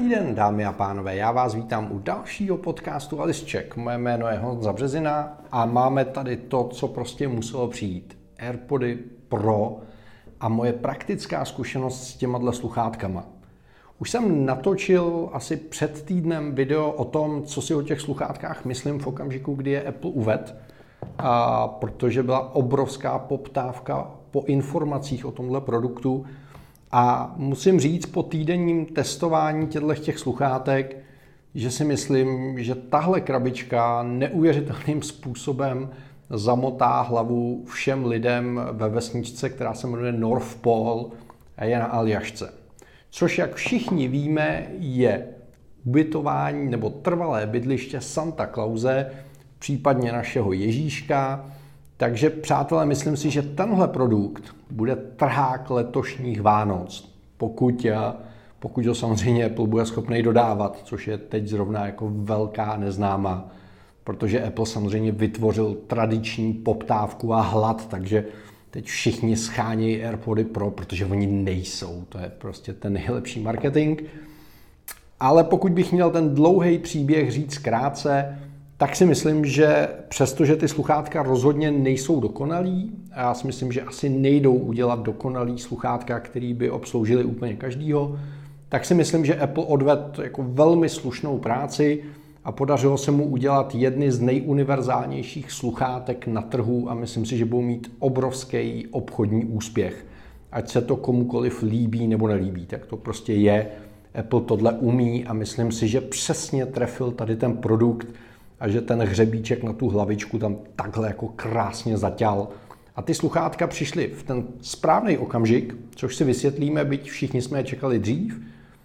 Dobrý den, dámy a pánové, já vás vítám u dalšího podcastu Alice Check. Moje jméno je Honza Březina a máme tady to, co prostě muselo přijít. AirPody Pro a moje praktická zkušenost s těma sluchátkama. Už jsem natočil asi před týdnem video o tom, co si o těch sluchátkách myslím v okamžiku, kdy je Apple uvedl, protože byla obrovská poptávka po informacích o tomhle produktu. A musím říct po týdenním testování těch sluchátek, že si myslím, že tahle krabička neuvěřitelným způsobem zamotá hlavu všem lidem ve vesničce, která se jmenuje North Pole a je na Aljašce. Což, jak všichni víme, je ubytování nebo trvalé bydliště Santa Clause, případně našeho Ježíška. Takže, přátelé, myslím si, že tenhle produkt bude trhák letošních Vánoc, pokud ho samozřejmě Apple bude schopný dodávat, což je teď zrovna jako velká neznámá, protože Apple samozřejmě vytvořil tradiční poptávku a hlad, takže teď všichni schánějí AirPody Pro, protože oni nejsou, to je prostě ten nejlepší marketing. Ale pokud bych měl ten dlouhý příběh říct krátce, tak si myslím, že přestože ty sluchátka rozhodně nejsou dokonalý, a já si myslím, že asi nejdou udělat dokonalý sluchátka, který by obsloužili úplně každýho, tak si myslím, že Apple odvedl jako velmi slušnou práci a podařilo se mu udělat jedny z nejuniverzálnějších sluchátek na trhu a myslím si, že budou mít obrovský obchodní úspěch. Ať se to komukoliv líbí nebo nelíbí, tak to prostě je. Apple tohle umí a myslím si, že přesně trefil tady ten produkt a že ten hřebíček na tu hlavičku tam takhle jako krásně zaťal. A ty sluchátka přišly v ten správný okamžik, což si vysvětlíme, byť všichni jsme je čekali dřív.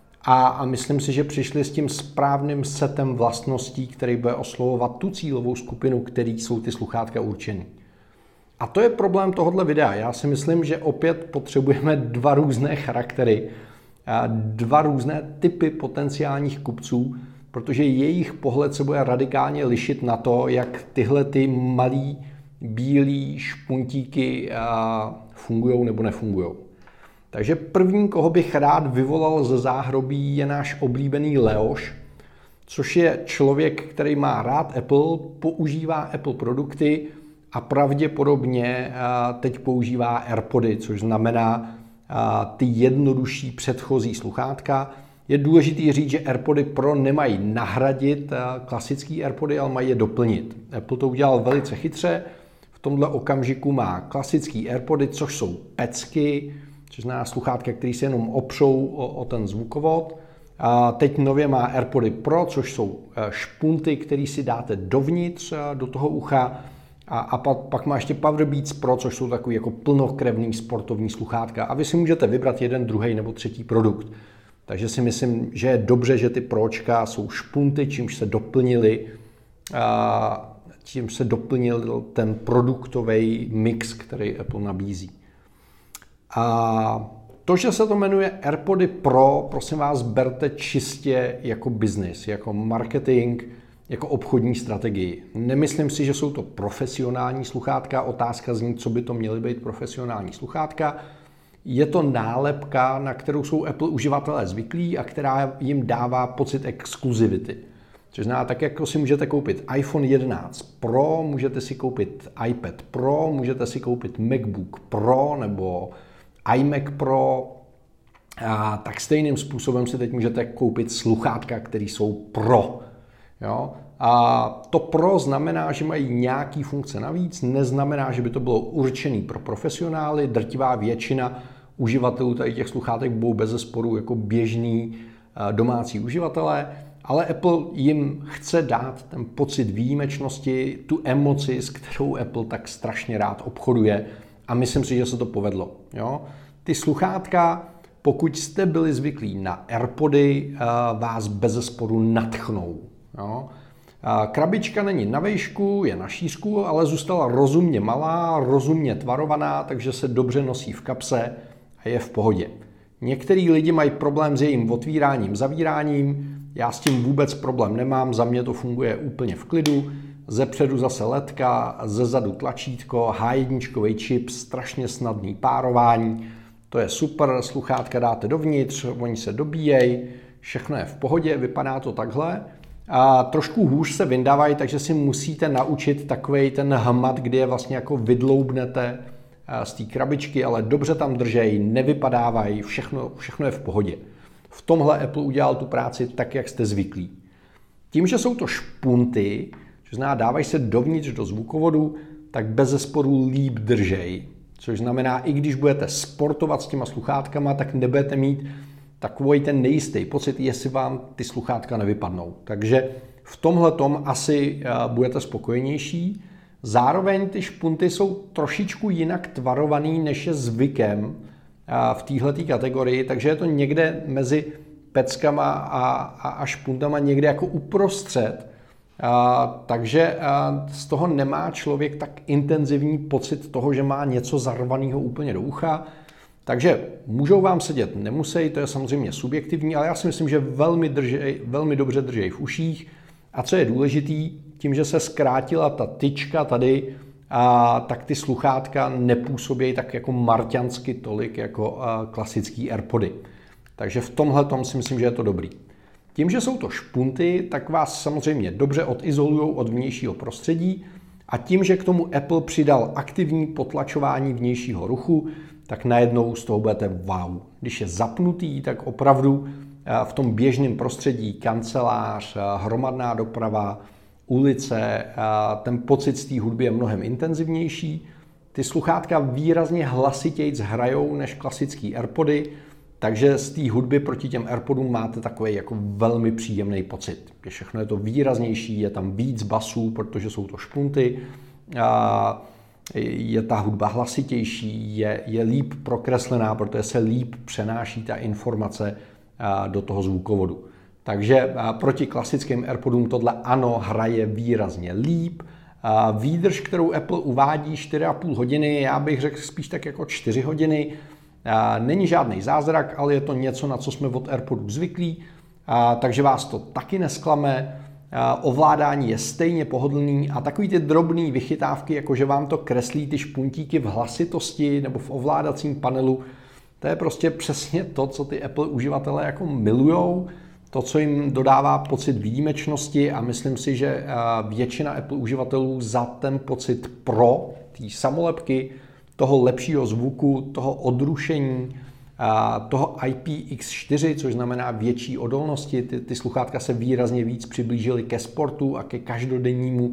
A myslím si, že přišli s tím správným setem vlastností, který bude oslovovat tu cílovou skupinu, který jsou ty sluchátka určený. A to je problém tohohle videa. Já si myslím, že opět potřebujeme dva různé charaktery, dva různé typy potenciálních kupců, protože jejich pohled se bude radikálně lišit na to, jak tyhle ty malý bílý špuntíky fungujou nebo nefungujou. Takže první, koho bych rád vyvolal ze záhrobí, je náš oblíbený Leoš, což je člověk, který má rád Apple, používá Apple produkty a pravděpodobně teď používá AirPody, což znamená ty jednodušší předchozí sluchátka. Je důležité říct, že AirPody Pro nemají nahradit klasický AirPody, ale mají je doplnit. Apple to udělal velice chytře. V tomhle okamžiku má klasický AirPody, což jsou pecky, což znamená sluchátka, které se jenom opřou o ten zvukovod. A teď nově má AirPody Pro, což jsou špunty, které si dáte dovnitř do toho ucha. A pak má ještě Powerbeats Pro, což jsou takový jako plnokrevný sportovní sluchátka. A vy si můžete vybrat jeden, druhý nebo třetí produkt. Takže si myslím, že je dobře, že ty Pročka jsou špunty, čímž se doplnil ten produktový mix, který Apple nabízí. A to, že se to jmenuje AirPody Pro, prosím vás, berte čistě jako business, jako marketing, jako obchodní strategii. Nemyslím si, že jsou to profesionální sluchátka. Otázka zní, co by to měly být profesionální sluchátka. Je to nálepka, na kterou jsou Apple uživatelé zvyklí a která jim dává pocit exkluzivity. Což znamená, tak jako si můžete koupit iPhone 11 Pro, můžete si koupit iPad Pro, můžete si koupit MacBook Pro nebo iMac Pro, tak stejným způsobem si teď můžete koupit sluchátka, které jsou Pro. Jo? A to Pro znamená, že mají nějaký funkce navíc, neznamená, že by to bylo určený pro profesionály. Drtivá většina uživatelů tady těch sluchátek budou bezesporu jako běžný domácí uživatelé, ale Apple jim chce dát ten pocit výjimečnosti, tu emoci, s kterou Apple tak strašně rád obchoduje a myslím si, že se to povedlo. Jo? Ty sluchátka, pokud jste byli zvyklí na AirPody, vás bezesporu nadchnou. Jo? Krabička není na výšku, je na šířku, ale zůstala rozumně malá, rozumně tvarovaná, takže se dobře nosí v kapse a je v pohodě. Některý lidi mají problém s jejím otvíráním, zavíráním, já s tím vůbec problém nemám, za mě to funguje úplně v klidu. Zepředu zase ledka, zezadu tlačítko, H1 čip, strašně snadný párování. To je super, sluchátka dáte dovnitř, oni se dobíjejí, všechno je v pohodě, vypadá to takhle. A trošku hůř se vyndávají, takže si musíte naučit takovej ten hmat, kdy je vlastně jako vydloubnete z té krabičky, ale dobře tam držejí, nevypadávají, všechno je v pohodě. V tomhle Apple udělal tu práci tak, jak jste zvyklí. Tím, že jsou to špunty, to znamená, dávají se dovnitř do zvukovodu, tak bezesporu líp držej. Což znamená, i když budete sportovat s těma sluchátkama, tak nebudete mít takový ten nejistý pocit, jestli vám ty sluchátka nevypadnou. Takže v tomhle tom asi budete spokojenější. Zároveň ty špunty jsou trošičku jinak tvarovaný, než je zvykem v téhleté kategorii, takže je to někde mezi peckama a špuntama, někde jako uprostřed. Takže z toho nemá člověk tak intenzivní pocit toho, že má něco zarvaného úplně do ucha. Takže můžou vám sedět, nemusí, to je samozřejmě subjektivní, ale já si myslím, že velmi dobře drží v uších. A co je důležitý, tím, že se zkrátila ta tyčka tady, tak ty sluchátka nepůsobí tak jako marťansky tolik jako klasický AirPody. Takže v tomhle tom si myslím, že je to dobrý. Tím, že jsou to špunty, tak vás samozřejmě dobře odizolují od vnějšího prostředí a tím, že k tomu Apple přidal aktivní potlačování vnějšího ruchu, tak najednou z toho budete wow. Když je zapnutý, tak opravdu v tom běžném prostředí, kancelář, hromadná doprava, ulice, ten pocit z té hudby je mnohem intenzivnější. Ty sluchátka výrazně hlasitějc hrajou než klasický AirPody, takže z té hudby proti těm AirPodům máte takový jako velmi příjemný pocit. Všechno je to výraznější, je tam víc basů, protože jsou to špunty, je ta hudba hlasitější, je líp prokreslená, protože se líp přenáší ta informace do toho zvukovodu. Takže proti klasickým AirPodům tohle ano, hraje výrazně líp. Výdrž, kterou Apple uvádí 4,5 hodiny, já bych řekl spíš tak jako 4 hodiny. Není žádný zázrak, ale je to něco, na co jsme od AirPodů zvyklí, takže vás to taky nesklame. Ovládání je stejně pohodlný a takový ty drobné vychytávky, jako že vám to kreslí ty špuntíky v hlasitosti nebo v ovládacím panelu, to je prostě přesně to, co ty Apple uživatelé jako milujou, to, co jim dodává pocit výjimečnosti a myslím si, že většina Apple uživatelů za ten pocit pro té samolepky, toho lepšího zvuku, toho odrušení, toho IPX4, což znamená větší odolnosti. Ty sluchátka se výrazně víc přiblížily ke sportu a ke každodennímu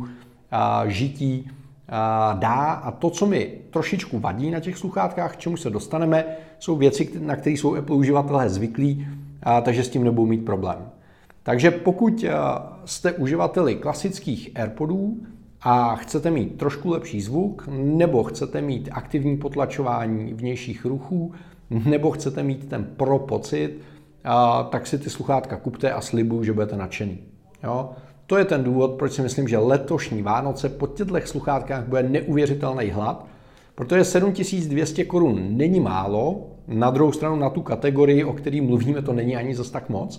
žití dá. A to, co mi trošičku vadí na těch sluchátkách, k čemu se dostaneme, jsou věci, na které jsou Apple uživatelé zvyklí, takže s tím nebudou mít problém. Takže pokud jste uživateli klasických AirPodů a chcete mít trošku lepší zvuk, nebo chcete mít aktivní potlačování vnějších ruchů, nebo chcete mít ten pro pocit, tak si ty sluchátka kupte a slibuju, že budete nadšený. Jo? To je ten důvod, proč si myslím, že letošní Vánoce po těchto sluchátkách bude neuvěřitelný hlad, protože 7200 korun není málo, na druhou stranu na tu kategorii, o které mluvíme, to není ani zas tak moc.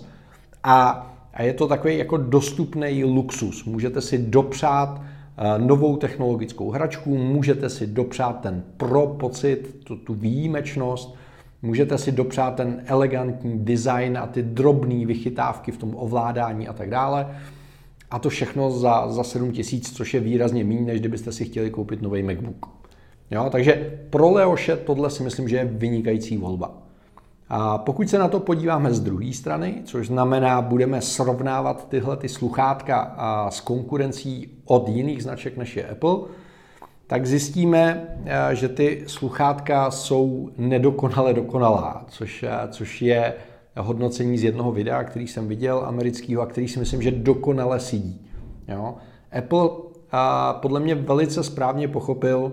A je to takový jako dostupný luxus. Můžete si dopřát novou technologickou hračku, můžete si dopřát ten pro pocit, tu výjimečnost, můžete si dopřát ten elegantní design a ty drobné vychytávky v tom ovládání a tak dále. A to všechno za 7000, což je výrazně méně, než kdybyste si chtěli koupit nový MacBook. Jo, takže pro Leoše tohle si myslím, že je vynikající volba. A pokud se na to podíváme z druhé strany, což znamená, budeme srovnávat tyhle ty sluchátka s konkurencí od jiných značek než je Apple, tak zjistíme, že ty sluchátka jsou nedokonale dokonalá, což je hodnocení z jednoho videa, který jsem viděl, amerického, a který si myslím, že dokonale sedí. Jo? Apple podle mě velice správně pochopil,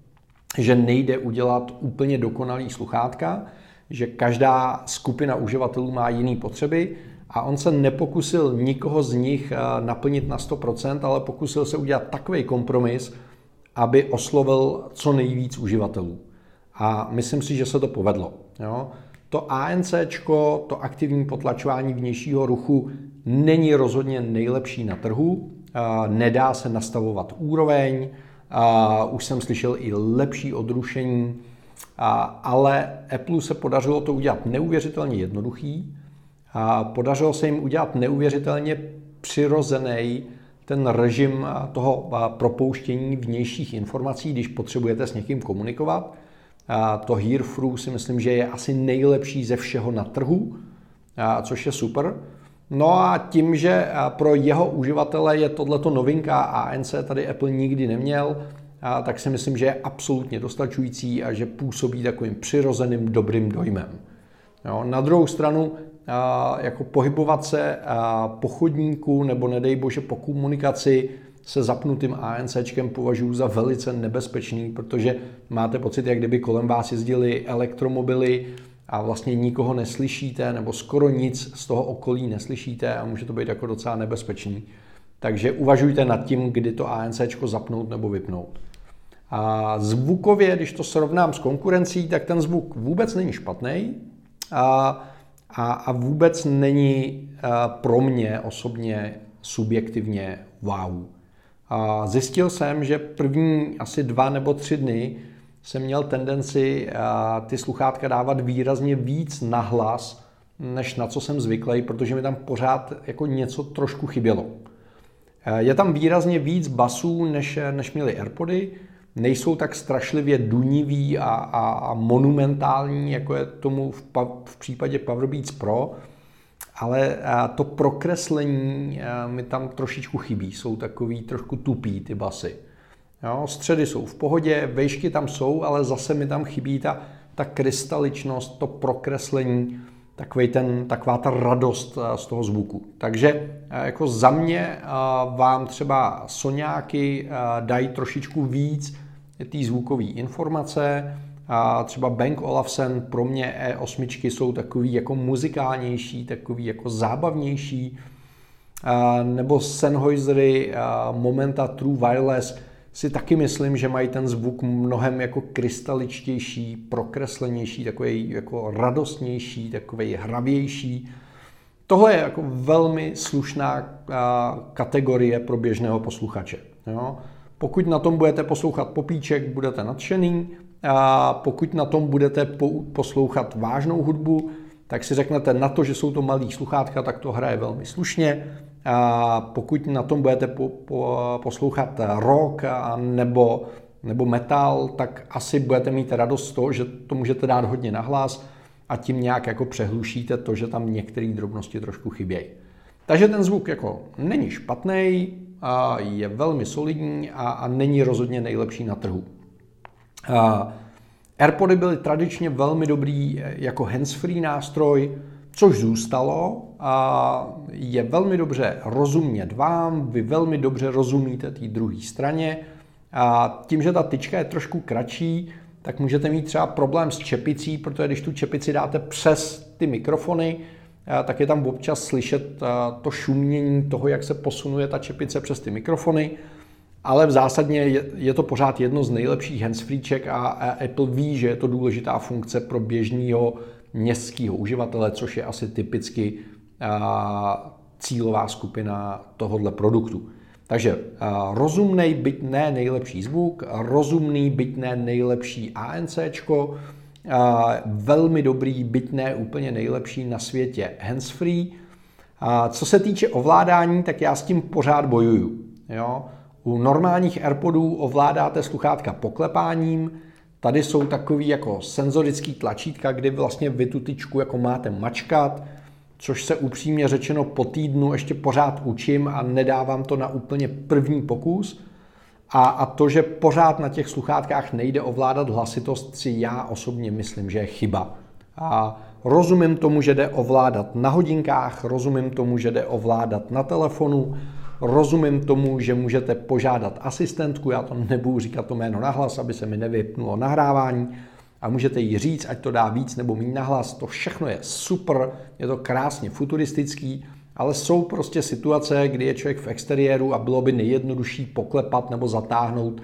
že nejde udělat úplně dokonalý sluchátka, že každá skupina uživatelů má jiné potřeby a on se nepokusil nikoho z nich naplnit na 100%, ale pokusil se udělat takový kompromis, aby oslovil co nejvíc uživatelů. A myslím si, že se to povedlo. Jo? To ANCčko, to aktivní potlačování vnějšího ruchu není rozhodně nejlepší na trhu, nedá se nastavovat úroveň, už jsem slyšel i lepší odrušení, ale Apple se podařilo to udělat neuvěřitelně jednoduchý. A podařilo se jim udělat neuvěřitelně přirozený ten režim toho propouštění vnějších informací, když potřebujete s někým komunikovat. A to Hearthrough si myslím, že je asi nejlepší ze všeho na trhu, což je super. No a tím, že pro jeho uživatele je tohleto novinka a ANC tady Apple nikdy neměl, tak si myslím, že je absolutně dostačující a že působí takovým přirozeným dobrým dojmem. Jo, na druhou stranu, jako pohybovat se po chodníku nebo nedej bože po komunikaci se zapnutým ANCčkem považuji za velice nebezpečný, protože máte pocit, jak kdyby kolem vás jezdily elektromobily a vlastně nikoho neslyšíte nebo skoro nic z toho okolí neslyšíte a může to být jako docela nebezpečný. Takže uvažujte nad tím, kdy to ANCčko zapnout nebo vypnout. A zvukově, když to srovnám s konkurencí, tak ten zvuk vůbec není špatný a vůbec není pro mě osobně subjektivně wow. A zjistil jsem, že první asi 2 nebo 3 dny jsem měl tendenci ty sluchátka dávat výrazně víc nahlas, než na co jsem zvyklý, protože mi tam pořád jako něco trošku chybělo. Je tam výrazně víc basů, než měly AirPody, nejsou tak strašlivě dunivý a monumentální, jako je tomu v případě Powerbeats Pro, ale to prokreslení mi tam trošičku chybí, jsou takový trošku tupý ty basy. Jo, středy jsou v pohodě, vejšky tam jsou, ale zase mi tam chybí ta krystaličnost, to prokreslení, taková ta radost z toho zvuku. Takže jako za mě vám třeba Soňáky dají trošičku víc té zvukové informace. Třeba Bang Olufsen, pro mě E8 jsou takový jako muzikálnější, takový jako zábavnější. Nebo Sennheisery Momenta True Wireless si taky myslím, že mají ten zvuk mnohem jako krystaličtější, prokreslenější, takový jako radostnější, takový hravější. Tohle je jako velmi slušná kategorie pro běžného posluchače. Jo? Pokud na tom budete poslouchat popíček, budete nadšený. A pokud na tom budete poslouchat vážnou hudbu, tak si řeknete na to, že jsou to malý sluchátka, tak to hraje velmi slušně. A pokud na tom budete poslouchat rock nebo metal, tak asi budete mít radost z toho, že to můžete dát hodně nahlas a tím nějak jako přehlušíte to, že tam některé drobnosti trošku chybějí. Takže ten zvuk jako není špatný, je velmi solidní a není rozhodně nejlepší na trhu. AirPody byly tradičně velmi dobrý jako handsfree nástroj, což zůstalo a je velmi dobře rozumět vám, vy velmi dobře rozumíte té druhé straně a tím, že ta tyčka je trošku kratší, tak můžete mít třeba problém s čepicí, protože když tu čepici dáte přes ty mikrofony, tak je tam občas slyšet to šumění toho, jak se posunuje ta čepice přes ty mikrofony, ale v zásadě je to pořád jedno z nejlepších handsfreeček a Apple ví, že je to důležitá funkce pro běžného městského uživatele, což je asi typicky cílová skupina tohohle produktu. Takže rozumný, byť ne nejlepší zvuk, rozumný, byť ne nejlepší ANCčko, velmi dobrý, byť ne úplně nejlepší na světě handsfree. Co se týče ovládání, tak já s tím pořád bojuju. Jo? U normálních AirPodů ovládáte sluchátka poklepáním, tady jsou takový jako senzorický tlačítka, kdy vlastně vy tu tyčku jako máte mačkat, což se upřímně řečeno po týdnu ještě pořád učím a nedávám to na úplně první pokus. A to, že pořád na těch sluchátkách nejde ovládat hlasitost, si já osobně myslím, že je chyba. A rozumím tomu, že jde ovládat na hodinkách, rozumím tomu, že jde ovládat na telefonu, rozumím tomu, že můžete požádat asistentku, já to nebudu říkat to jméno nahlas, aby se mi nevypnulo nahrávání, a můžete jí říct, ať to dá víc nebo méně nahlas, to všechno je super, je to krásně futuristický, ale jsou prostě situace, kdy je člověk v exteriéru a bylo by nejjednodušší poklepat nebo zatáhnout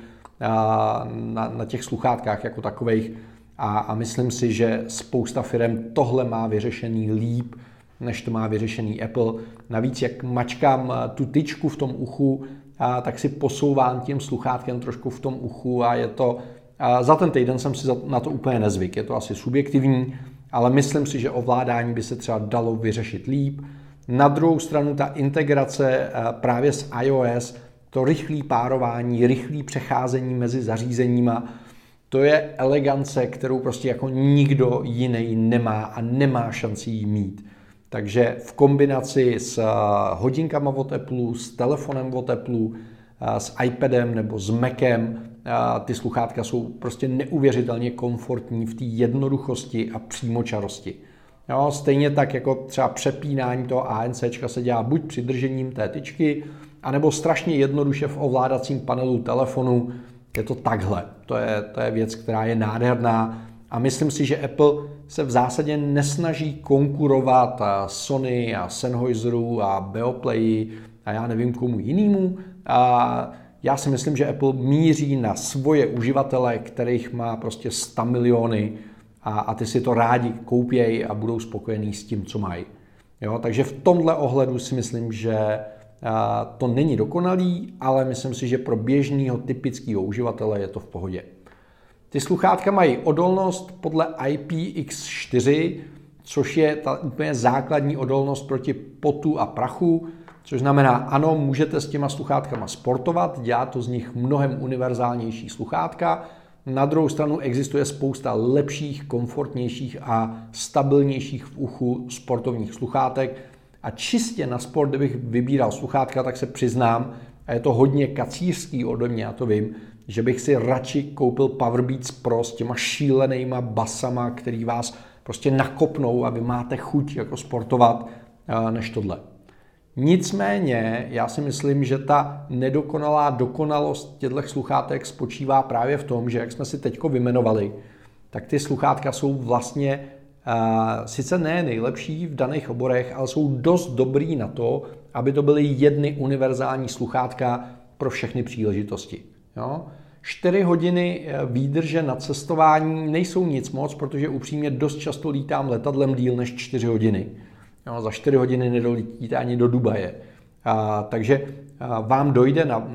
na těch sluchátkách jako takových. A myslím si, že spousta firem tohle má vyřešený líp, než to má vyřešený Apple. Navíc, jak mačkám tu tyčku v tom uchu, tak si posouvám tím sluchátkem trošku v tom uchu a je to... Za ten týden jsem si na to úplně nezvyk, je to asi subjektivní, ale myslím si, že ovládání by se třeba dalo vyřešit líp. Na druhou stranu ta integrace právě s iOS, to rychlé párování, rychlé přecházení mezi zařízeníma, to je elegance, kterou prostě jako nikdo jiný nemá a nemá šanci jí mít. Takže v kombinaci s hodinkama od Apple, s telefonem od Apple, s iPadem nebo s Macem, ty sluchátka jsou prostě neuvěřitelně komfortní v té jednoduchosti a přímočarosti. Jo, stejně tak jako třeba přepínání toho ANCčka se dělá buď přidržením té tyčky, anebo strašně jednoduše v ovládacím panelu telefonu. Je to takhle. To je věc, která je nádherná a myslím si, že Apple se v zásadě nesnaží konkurovat Sony a Sennheiseru a Beoplayi a já nevím komu jinému. Já si myslím, že Apple míří na svoje uživatele, kterých má prostě 100 miliony a ty si to rádi koupějí a budou spokojení s tím, co mají. Jo, takže v tomhle ohledu si myslím, že to není dokonalý, ale myslím si, že pro běžného typického uživatele je to v pohodě. Ty sluchátka mají odolnost podle IPX4, což je ta úplně základní odolnost proti potu a prachu, což znamená, ano, můžete s těma sluchátkama sportovat, dělá to z nich mnohem univerzálnější sluchátka. Na druhou stranu existuje spousta lepších, komfortnějších a stabilnějších v uchu sportovních sluchátek. A čistě na sport, kdybych vybíral sluchátka, tak se přiznám, a je to hodně kacířský ode mě, já to vím, že bych si radši koupil Powerbeats Pro s těma šílenýma basama, který vás prostě nakopnou a vy máte chuť jako sportovat, než tohle. Nicméně, já si myslím, že ta nedokonalá dokonalost těchto sluchátek spočívá právě v tom, že jak jsme si teďko vyjmenovali, tak ty sluchátka jsou vlastně sice ne nejlepší v daných oborech, ale jsou dost dobrý na to, aby to byly jedny univerzální sluchátka pro všechny příležitosti. Jo? 4 hodiny výdrže na cestování nejsou nic moc, protože upřímně dost často lítám letadlem díl než 4 hodiny. Jo, za 4 hodiny nedoletíte ani do Dubaje. Takže vám dojde na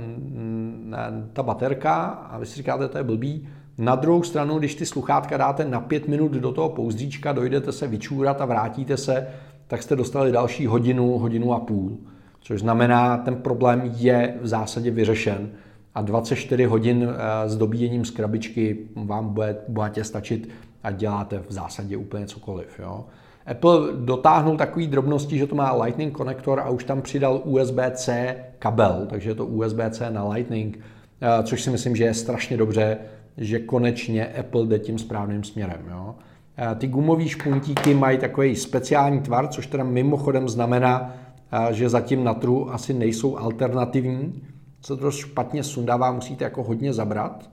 ta baterka a vy si říkáte, to je blbý. Na druhou stranu, když ty sluchátka dáte na 5 minut do toho pouzdříčka, dojdete se vyčůrat a vrátíte se, tak jste dostali další hodinu, hodinu a půl. Což znamená, ten problém je v zásadě vyřešen. A 24 hodin s dobíjením z krabičky vám bude bohatě stačit a děláte v zásadě úplně cokoliv. Jo. Apple dotáhnul takový drobnosti, že to má Lightning konektor a už tam přidal USB-C kabel, takže je to USB-C na Lightning, což si myslím, že je strašně dobře, že konečně Apple jde tím správným směrem. Jo. Ty gumové špuntíky mají takový speciální tvar, což teda mimochodem znamená, že zatím na trhu asi nejsou alternativní. Co to špatně sundává, musíte jako hodně zabrat.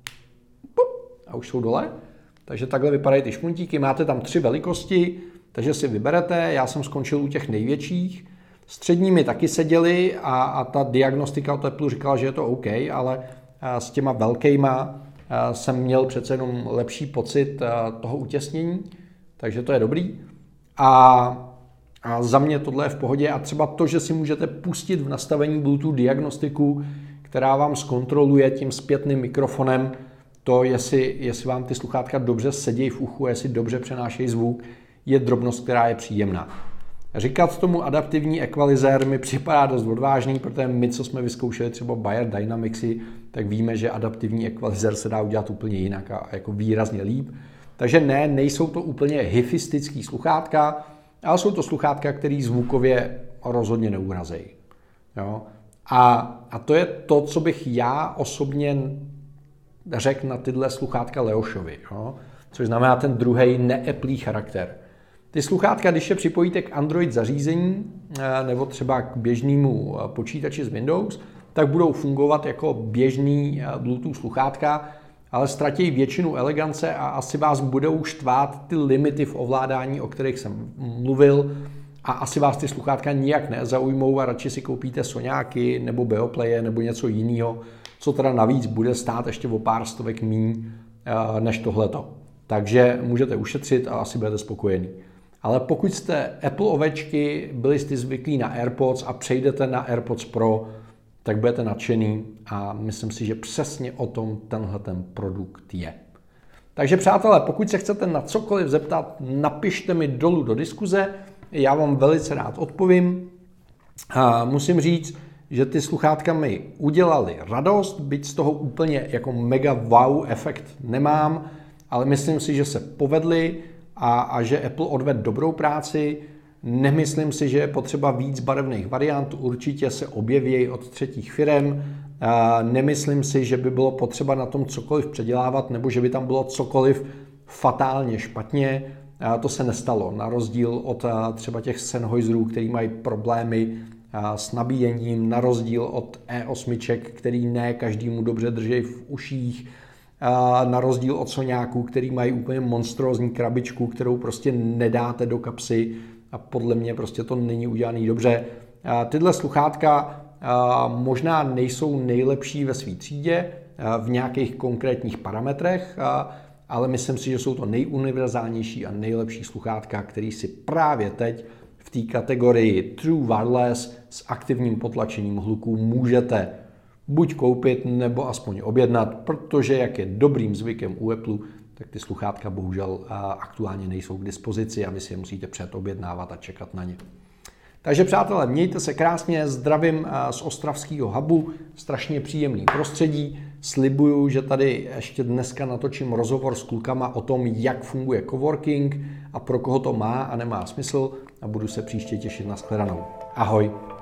A už jsou dole. Takže takhle vypadají ty špuntíky. Máte tam 3 velikosti, takže si vyberete. Já jsem skončil u těch největších. Střední mi taky seděly a ta diagnostika od Apple říkala, že je to OK, ale s těma velkejma jsem měl přece jenom lepší pocit toho utěsnění, takže to je dobrý. A za mě tohle je v pohodě a třeba to, že si můžete pustit v nastavení Bluetooth diagnostiku, která vám zkontroluje tím zpětným mikrofonem to, jestli vám ty sluchátka dobře sedějí v uchu, jestli dobře přenášejí zvuk, je drobnost, která je příjemná. Říkat tomu adaptivní ekvalizér mi připadá dost odvážný, protože my, co jsme vyzkoušeli třeba Bayer Dynamicsy, tak víme, že adaptivní ekvalizér se dá udělat úplně jinak a jako výrazně líp. Takže nejsou to úplně hifistický sluchátka, ale jsou to sluchátka, které zvukově rozhodně neurazí. Jo? A to je to, co bych já osobně řekl na tyhle sluchátka Leošovi. Jo? Což znamená ten druhý neeplý charakter. Ty sluchátka, když je připojíte k Android zařízení nebo třeba k běžnému počítači z Windows, tak budou fungovat jako běžný Bluetooth sluchátka, ale ztratí většinu elegance a asi vás budou štvát ty limity v ovládání, o kterých jsem mluvil, a asi vás ty sluchátka nijak nezaujmou a radši si koupíte Soňáky nebo Beoplaye nebo něco jiného, co teda navíc bude stát ještě o pár stovek míň než tohleto. Takže můžete ušetřit a asi budete spokojení. Ale pokud jste Apple ovečky, byli jste zvyklí na AirPods a přejdete na AirPods Pro, tak budete nadšený a myslím si, že přesně o tom tenhle ten produkt je. Takže přátelé, pokud se chcete na cokoliv zeptat, napište mi dolů do diskuze, já vám velice rád odpovím. A musím říct, že ty sluchátka mi udělaly radost, byť z toho úplně jako mega wow efekt nemám, ale myslím si, že se povedly a že Apple odvedl dobrou práci. Nemyslím si, že je potřeba víc barevných variant, určitě se objeví od třetích firem. Nemyslím si, že by bylo potřeba na tom cokoliv předělávat, nebo že by tam bylo cokoliv fatálně špatně. To se nestalo, na rozdíl od třeba těch Sennheiserů, který mají problémy s nabíjením, na rozdíl od E8, který ne každému dobře drží v uších, na rozdíl od Soňáků, který mají úplně monstrózní krabičku, kterou prostě nedáte do kapsy a podle mě prostě to není udělaný dobře. Tyhle sluchátka možná nejsou nejlepší ve své třídě v nějakých konkrétních parametrech, ale myslím si, že jsou to nejuniverzálnější a nejlepší sluchátka, který si právě teď v té kategorii True Wireless s aktivním potlačením hluku můžete buď koupit, nebo aspoň objednat, protože jak je dobrým zvykem u Apple, tak ty sluchátka bohužel aktuálně nejsou k dispozici a vy si je musíte předobjednávat a čekat na ně. Takže přátelé, mějte se krásně, zdravím z ostravského hubu, strašně příjemný prostředí. Slibuju, že tady ještě dneska natočím rozhovor s klukama o tom, jak funguje coworking a pro koho to má a nemá smysl a budu se příště těšit na shledanou. Ahoj!